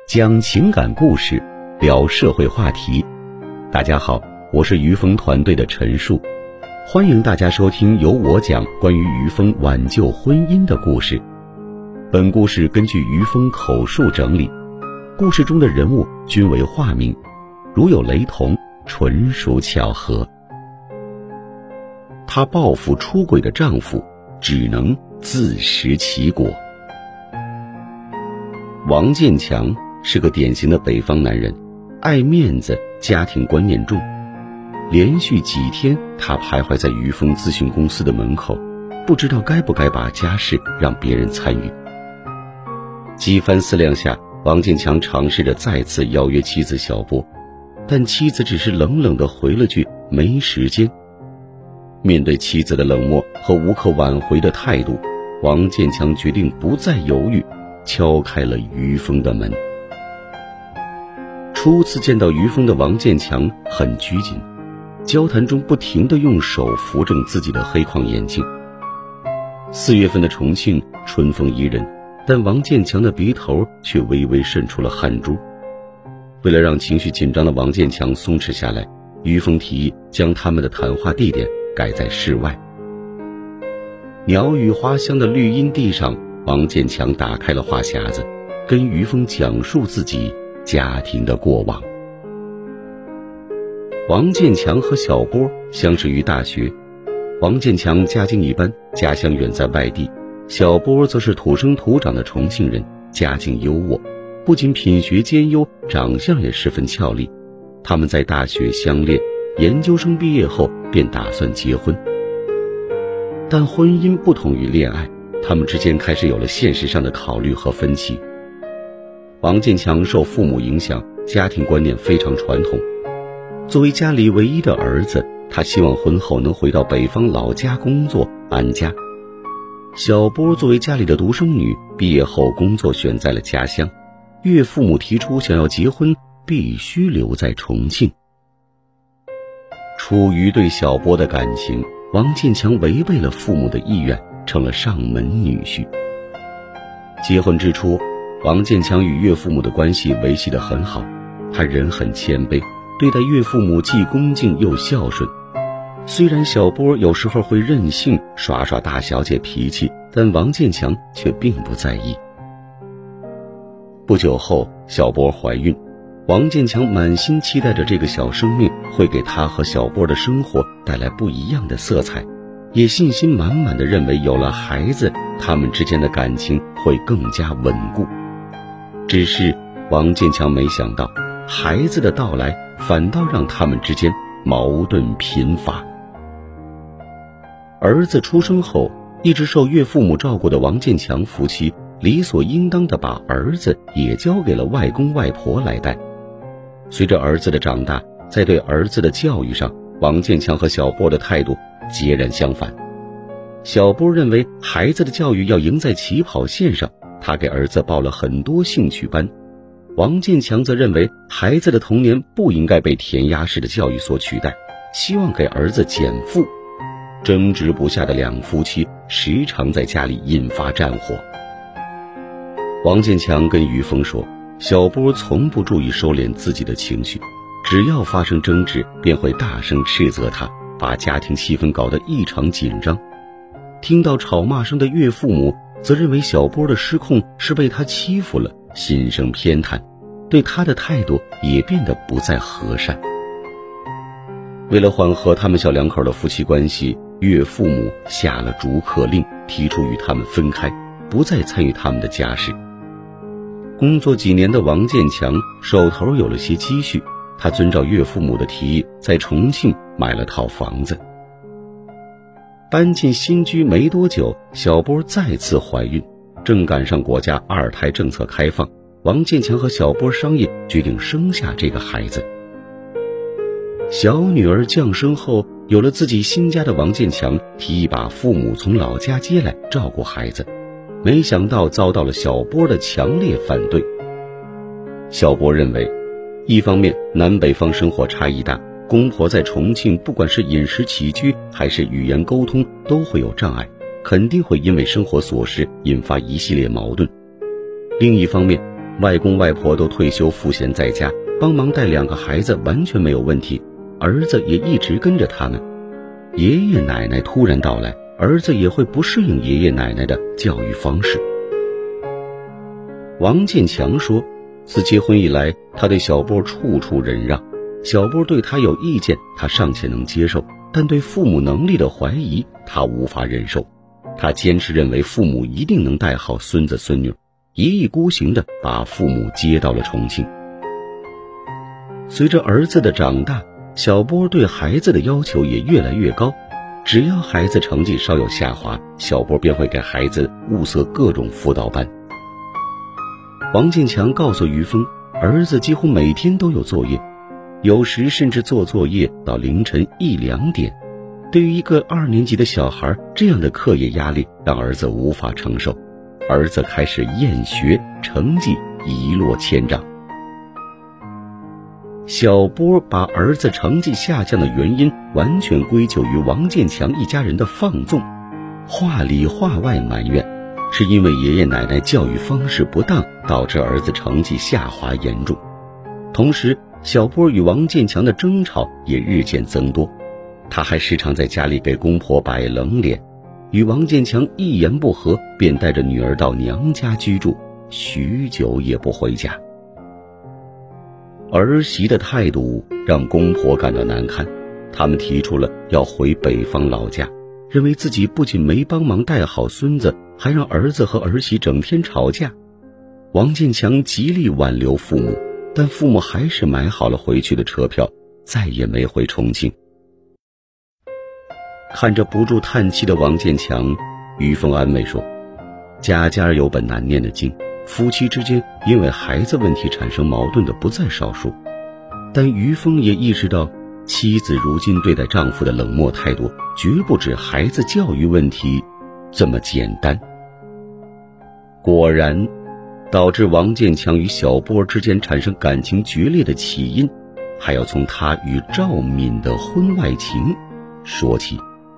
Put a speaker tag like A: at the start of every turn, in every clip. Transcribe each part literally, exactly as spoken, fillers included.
A: 讲情感故事，聊社会话题。大家好，我是于峰团队的陈述，欢迎大家收听由我讲关于于峰挽救婚姻的故事。本故事根据于峰口述整理，故事中的人物均为化名，如有雷同，纯属巧合。她报复出轨的丈夫，只能自食其果。王建强是个典型的北方男人，爱面子，家庭观念重。连续几天，他徘徊在于峰咨询公司的门口，不知道该不该把家事让别人参与。几番思量下，王建强尝试着再次邀约妻子小波，但妻子只是冷冷地回了句没时间。面对妻子的冷漠和无可挽回的态度，王建强决定不再犹豫，敲开了于峰的门。初次见到于峰的王建强很拘谨，交谈中不停地用手扶正自己的黑框眼镜。四月份的重庆春风宜人，但王建强的鼻头却微微渗出了汗珠。为了让情绪紧张的王建强松弛下来，于峰提议将他们的谈话地点改在室外。鸟语花香的绿荫地上，王建强打开了话匣子，跟于峰讲述自己家庭的过往。王建强和小波相识于大学，王建强家境一般，家乡远在外地，小波则是土生土长的重庆人，家境优渥，不仅品学兼优，长相也十分俏丽。他们在大学相恋，研究生毕业后便打算结婚。但婚姻不同于恋爱，他们之间开始有了现实上的考虑和分歧。王建强受父母影响，家庭观念非常传统。作为家里唯一的儿子，他希望婚后能回到北方老家工作安家。小波作为家里的独生女，毕业后工作选在了家乡，岳父母提出想要结婚必须留在重庆。出于对小波的感情，王建强违背了父母的意愿，成了上门女婿。结婚之初，王建强与岳父母的关系维系得很好，他人很谦卑，对待岳父母既恭敬又孝顺。虽然小波有时候会任性，耍耍大小姐脾气，但王建强却并不在意。不久后，小波怀孕，王建强满心期待着这个小生命会给他和小波的生活带来不一样的色彩，也信心满满地认为有了孩子，他们之间的感情会更加稳固。只是王建强没想到，孩子的到来反倒让他们之间矛盾频发。儿子出生后，一直受岳父母照顾的王建强夫妻理所应当地把儿子也交给了外公外婆来带。随着儿子的长大，在对儿子的教育上，王建强和小波的态度截然相反。小波认为孩子的教育要赢在起跑线上，他给儿子报了很多兴趣班。王建强则认为孩子的童年不应该被填鸭式的教育所取代，希望给儿子减负。争执不下的两夫妻时常在家里引发战火。王建强跟于峰说，小波从不注意收敛自己的情绪，只要发生争执便会大声斥责他，把家庭气氛搞得异常紧张。听到吵骂声的岳父母则认为小波的失控是被他欺负了，心生偏袒，对他的态度也变得不再和善。为了缓和他们小两口的夫妻关系，岳父母下了逐客令，提出与他们分开，不再参与他们的家事。工作几年的王建强手头有了些积蓄，他遵照岳父母的提议，在重庆买了套房子。搬进新居没多久，小波再次怀孕，正赶上国家二胎政策开放，王建强和小波商议，决定生下这个孩子。小女儿降生后，有了自己新家的王建强提议把父母从老家接来照顾孩子，没想到遭到了小波的强烈反对。小波认为，一方面南北方生活差异大，公婆在重庆不管是饮食起居还是语言沟通都会有障碍，肯定会因为生活琐事引发一系列矛盾。另一方面， 外公外婆都退休赋闲在家，帮忙带两个孩子完全没有问题，儿子也一直跟着他们。爷爷奶奶突然到来，儿子也会不适应爷爷奶奶的教育方式。王建强说，自结婚以来，他对小波处处忍让，小波对他有意见，他尚且能接受，但对父母能力的怀疑，他无法忍受。他坚持认为父母一定能带好孙子孙女，一意孤行地把父母接到了重庆。随着儿子的长大，小波对孩子的要求也越来越高，只要孩子成绩稍有下滑，小波便会给孩子物色各种辅导班。王建强告诉于峰，儿子几乎每天都有作业，有时甚至做作业到凌晨一两点。对于一个二年级的小孩，这样的课业压力让儿子无法承受，儿子开始厌学，成绩一落千丈。小波把儿子成绩下降的原因完全归咎于王建强一家人的放纵，话里话外埋怨是因为爷爷奶奶教育方式不当，导致儿子成绩下滑严重。同时，小波与王建强的争吵也日渐增多，他还时常在家里给公婆摆冷脸，与王建强一言不合便带着女儿到娘家居住，许久也不回家。儿媳的态度让公婆感到难堪，他们提出了要回北方老家，认为自己不仅没帮忙带好孙子，还让儿子和儿媳整天吵架。王建强极力挽留父母，但父母还是买好了回去的车票，再也没回重庆。看着不住叹气的王建强，于峰安慰说，家家有本难念的经，夫妻之间因为孩子问题产生矛盾的不在少数。但于峰也意识到，妻子如今对待丈夫的冷漠态度绝不止孩子教育问题这么简单。果然，导致王建强与小波之间产生感情决裂的起因，还要从他与赵敏的婚外情说起。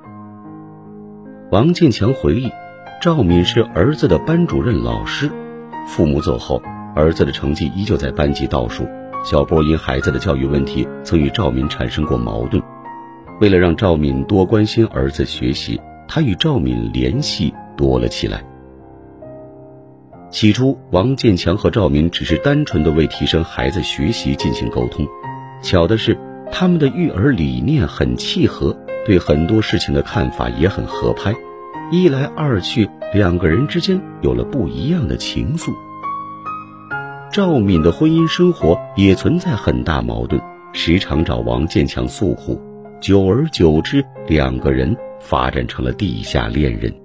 A: 王建强回忆，赵敏是儿子的班主任老师，父母走后，儿子的成绩依旧在班级倒数。小波因孩子的教育问题曾与赵敏产生过矛盾，为了让赵敏多关心儿子学习，他与赵敏联系多了起来。起初，王建强和赵敏只是单纯的为提升孩子学习进行沟通，巧的是，他们的育儿理念很契合，对很多事情的看法也很合拍，一来二去，两个人之间有了不一样的情愫。赵敏的婚姻生活也存在很大矛盾，时常找王建强诉苦，久而久之，两个人发展成了地下恋人。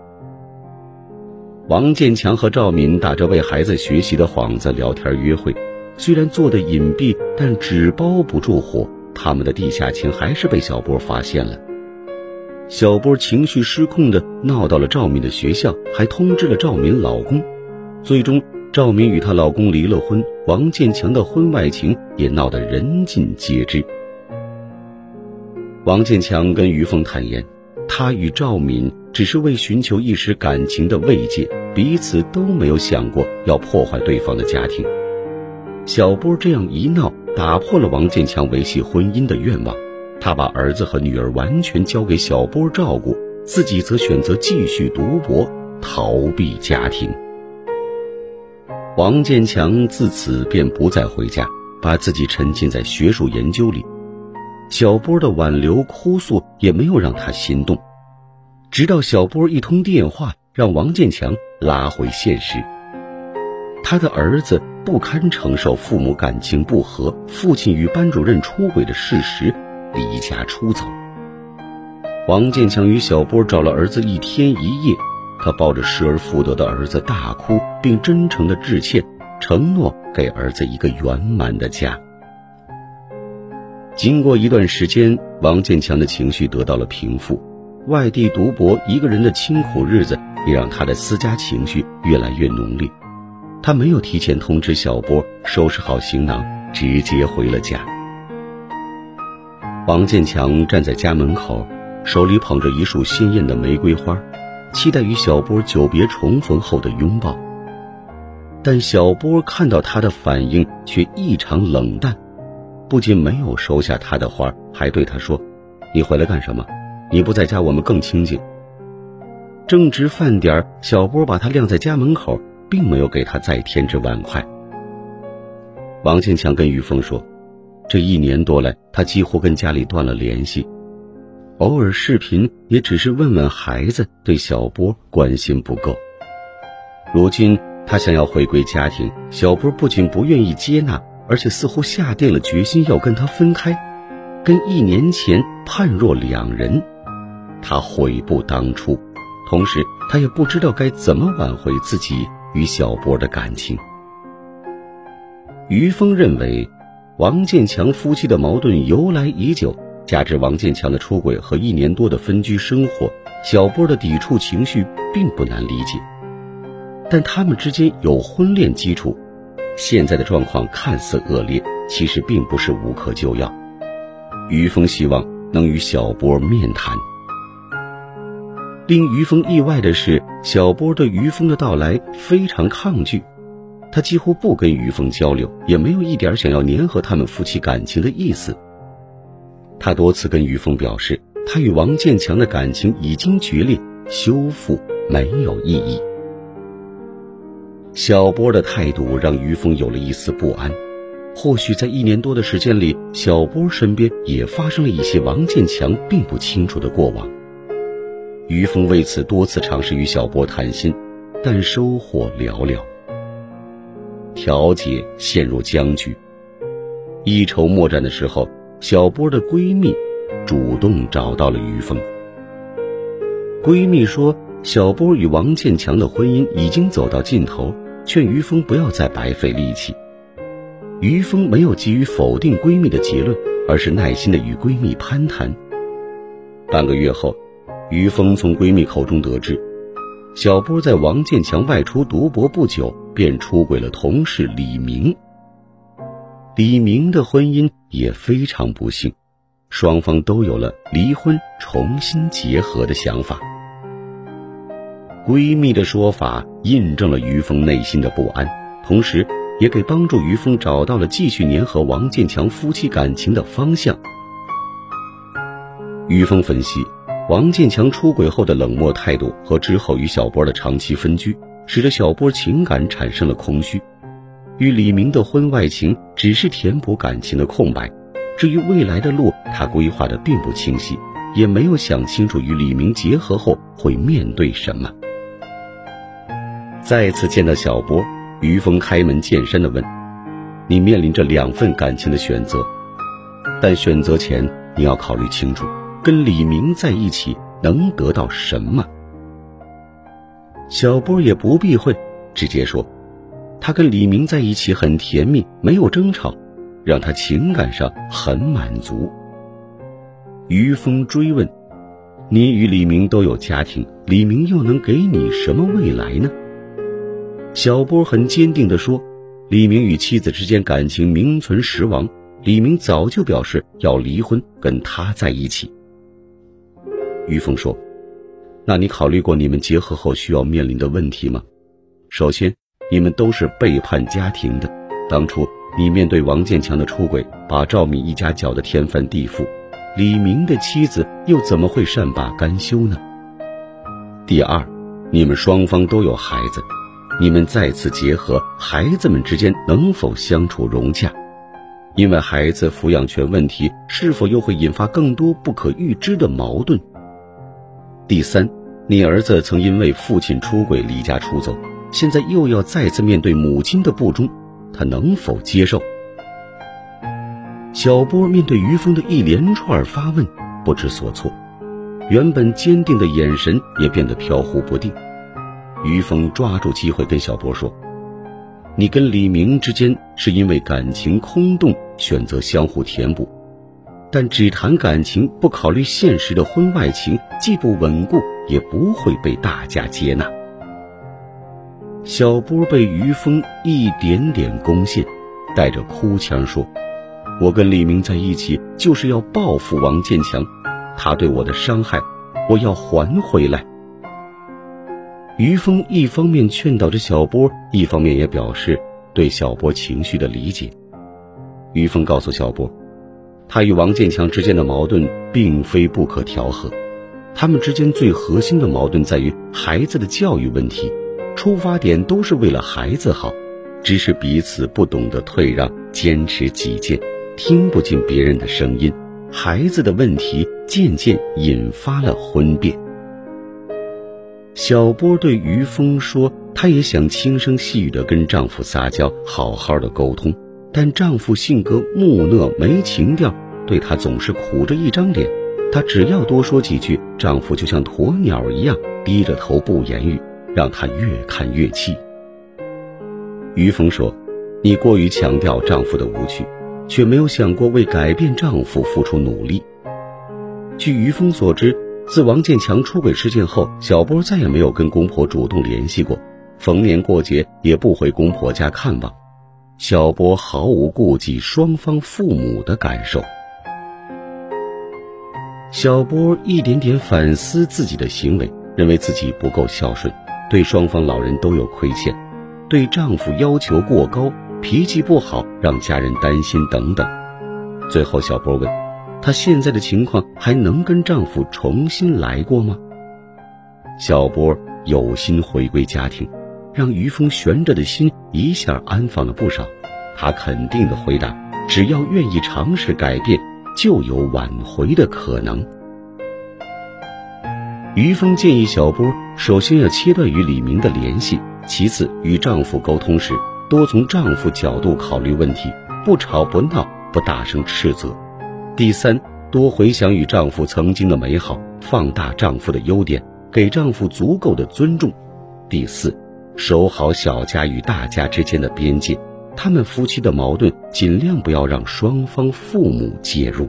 A: 王建强和赵敏打着为孩子学习的幌子聊天约会，虽然做得隐蔽，但纸包不住火，他们的地下情还是被小波发现了。小波情绪失控地闹到了赵敏的学校，还通知了赵敏老公。最终，赵敏与她老公离了婚，王建强的婚外情也闹得人尽皆知。王建强跟于峰坦言，他与赵敏只是为寻求一时感情的慰藉，彼此都没有想过要破坏对方的家庭。小波这样一闹，打破了王建强维系婚姻的愿望，他把儿子和女儿完全交给小波照顾，自己则选择继续读博，逃避家庭。王建强自此便不再回家，把自己沉浸在学术研究里。小波的挽留哭诉也没有让他心动，直到小波一通电话让王建强拉回现实。他的儿子不堪承受父母感情不和，父亲与班主任出轨的事实，离家出走。王建强与小波找了儿子一天一夜，他抱着失而复得的儿子大哭，并真诚地致歉，承诺给儿子一个圆满的家。经过一段时间，王建强的情绪得到了平复，外地读博一个人的清苦日子也让他的私家情绪越来越浓烈。他没有提前通知小波，收拾好行囊，直接回了家。王建强站在家门口，手里捧着一束鲜艳的玫瑰花，期待与小波久别重逢后的拥抱。 但小波看到他的反应却异常冷淡，不仅没有收下他的花，还对他说：你回来干什么？你不在家我们更清静。正值饭点，小波把他晾在家门口，并没有给他再添置碗筷。王建强跟于峰说，这一年多来他几乎跟家里断了联系，偶尔视频也只是问问孩子，对小波关心不够。如今他想要回归家庭，小波不仅不愿意接纳，而且似乎下定了决心要跟他分开，跟一年前判若两人。他悔不当初，同时他也不知道该怎么挽回自己与小波的感情。于峰认为王建强夫妻的矛盾由来已久，加之王建强的出轨和一年多的分居生活，小波的抵触情绪并不难理解。但他们之间有婚恋基础，现在的状况看似恶劣，其实并不是无可救药。于峰希望能与小波面谈。令于峰意外的是，小波对于峰的到来非常抗拒，他几乎不跟于峰交流，也没有一点想要粘合他们夫妻感情的意思。他多次跟于峰表示，他与王建强的感情已经决裂，修复没有意义。小波的态度让于峰有了一丝不安，或许在一年多的时间里，小波身边也发生了一些王建强并不清楚的过往。于峰为此多次尝试与小波谈心，但收获寥寥，调解陷入僵局。一筹莫展的时候，小波的闺蜜主动找到了于峰。闺蜜说，小波与王建强的婚姻已经走到尽头，劝于峰不要再白费力气。于峰没有急于否定闺蜜的结论，而是耐心地与闺蜜攀谈。半个月后，于峰从闺蜜口中得知，小波在王建强外出读博不久便出轨了同事李明。李明的婚姻也非常不幸，双方都有了离婚重新结合的想法。闺蜜的说法印证了于峰内心的不安，同时也给帮助于峰找到了继续粘合王建强夫妻感情的方向。于峰分析，王建强出轨后的冷漠态度和之后与小波的长期分居，使得小波情感产生了空虚。与李明的婚外情只是填补感情的空白，至于未来的路，他规划的并不清晰，也没有想清楚与李明结合后会面对什么。再次见到小波，于峰开门见山地问，你面临着两份感情的选择，但选择前你要考虑清楚，跟李明在一起能得到什么？小波也不避讳，直接说，他跟李明在一起很甜蜜，没有争吵，让他情感上很满足。于峰追问，你与李明都有家庭，李明又能给你什么未来呢？小波很坚定地说，李明与妻子之间感情名存实亡，李明早就表示要离婚，跟他在一起。于峰说，那你考虑过你们结合后需要面临的问题吗？首先，你们都是背叛家庭的，当初你面对王建强的出轨，把赵敏一家搅得天翻地覆，李明的妻子又怎么会善罢甘休呢？第二，你们双方都有孩子，你们再次结合，孩子们之间能否相处融洽？因为孩子抚养权问题，是否又会引发更多不可预知的矛盾？第三，你儿子曾因为父亲出轨离家出走，现在又要再次面对母亲的不忠，他能否接受？小波面对于峰的一连串发问，不知所措，原本坚定的眼神也变得飘忽不定。于峰抓住机会跟小波说，你跟李明之间是因为感情空洞，选择相互填补，但只谈感情不考虑现实的婚外情，既不稳固，也不会被大家接纳。小波被于峰一点点攻陷，带着哭腔说，我跟李明在一起就是要报复王建强，他对我的伤害我要还回来。 于峰一方面劝导着小波，一方面也表示对小波情绪的理解。于峰告诉小波，他与王建强之间的矛盾并非不可调和，他们之间最核心的矛盾在于孩子的教育问题，出发点都是为了孩子好，只是彼此不懂得退让，坚持己见，听不进别人的声音，孩子的问题渐渐引发了婚变。小波对于峰说，她也想轻声细语地跟丈夫撒娇，好好的沟通，但丈夫性格木讷没情调，对她总是苦着一张脸，她只要多说几句，丈夫就像鸵鸟一样低着头不言语，让她越看越气。于峰说，你过于强调丈夫的无趣，却没有想过为改变丈夫付出努力。据于峰所知，自王建强出轨事件后，小波再也没有跟公婆主动联系过，逢年过节也不回公婆家看望。小波毫无顾忌双方父母的感受。小波一点点反思自己的行为，认为自己不够孝顺，对双方老人都有亏欠，对丈夫要求过高，脾气不好，让家人担心等等。最后小波问，她现在的情况还能跟丈夫重新来过吗？小波有心回归家庭，让于峰悬着的心一下安放了不少。他肯定地回答，只要愿意尝试改变，就有挽回的可能。于峰建议小波首先要切断与李明的联系，其次与丈夫沟通时多从丈夫角度考虑问题，不吵不闹，不大声斥责。第三，多回想与丈夫曾经的美好，放大丈夫的优点，给丈夫足够的尊重。第四，守好小家与大家之间的边界，他们夫妻的矛盾尽量不要让双方父母介入。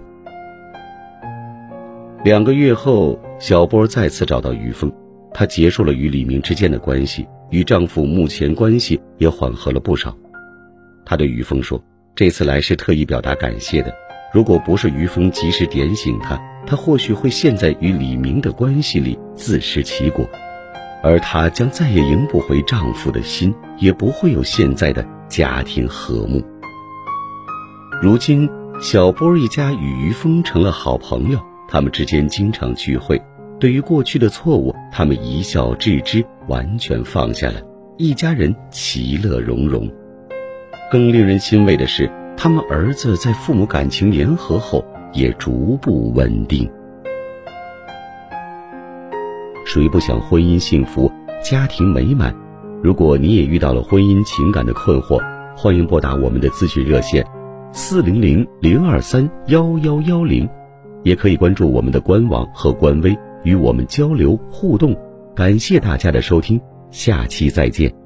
A: 两个月后，小波再次找到于峰，她结束了与李明之间的关系，与丈夫目前关系也缓和了不少。她对于峰说，这次来是特意表达感谢的，如果不是于峰及时点醒她，她或许会陷在与李明的关系里自食其果，而她将再也赢不回丈夫的心，也不会有现在的家庭和睦。如今小波一家与于峰成了好朋友，他们之间经常聚会，对于过去的错误，他们一笑置之，完全放下了，一家人其乐融融。更令人欣慰的是，他们儿子在父母感情联合后也逐步稳定。谁不想婚姻幸福，家庭美满？如果你也遇到了婚姻情感的困惑，欢迎拨打我们的咨询热线四零零零二三幺幺幺零，也可以关注我们的官网和官微与我们交流互动。感谢大家的收听，下期再见。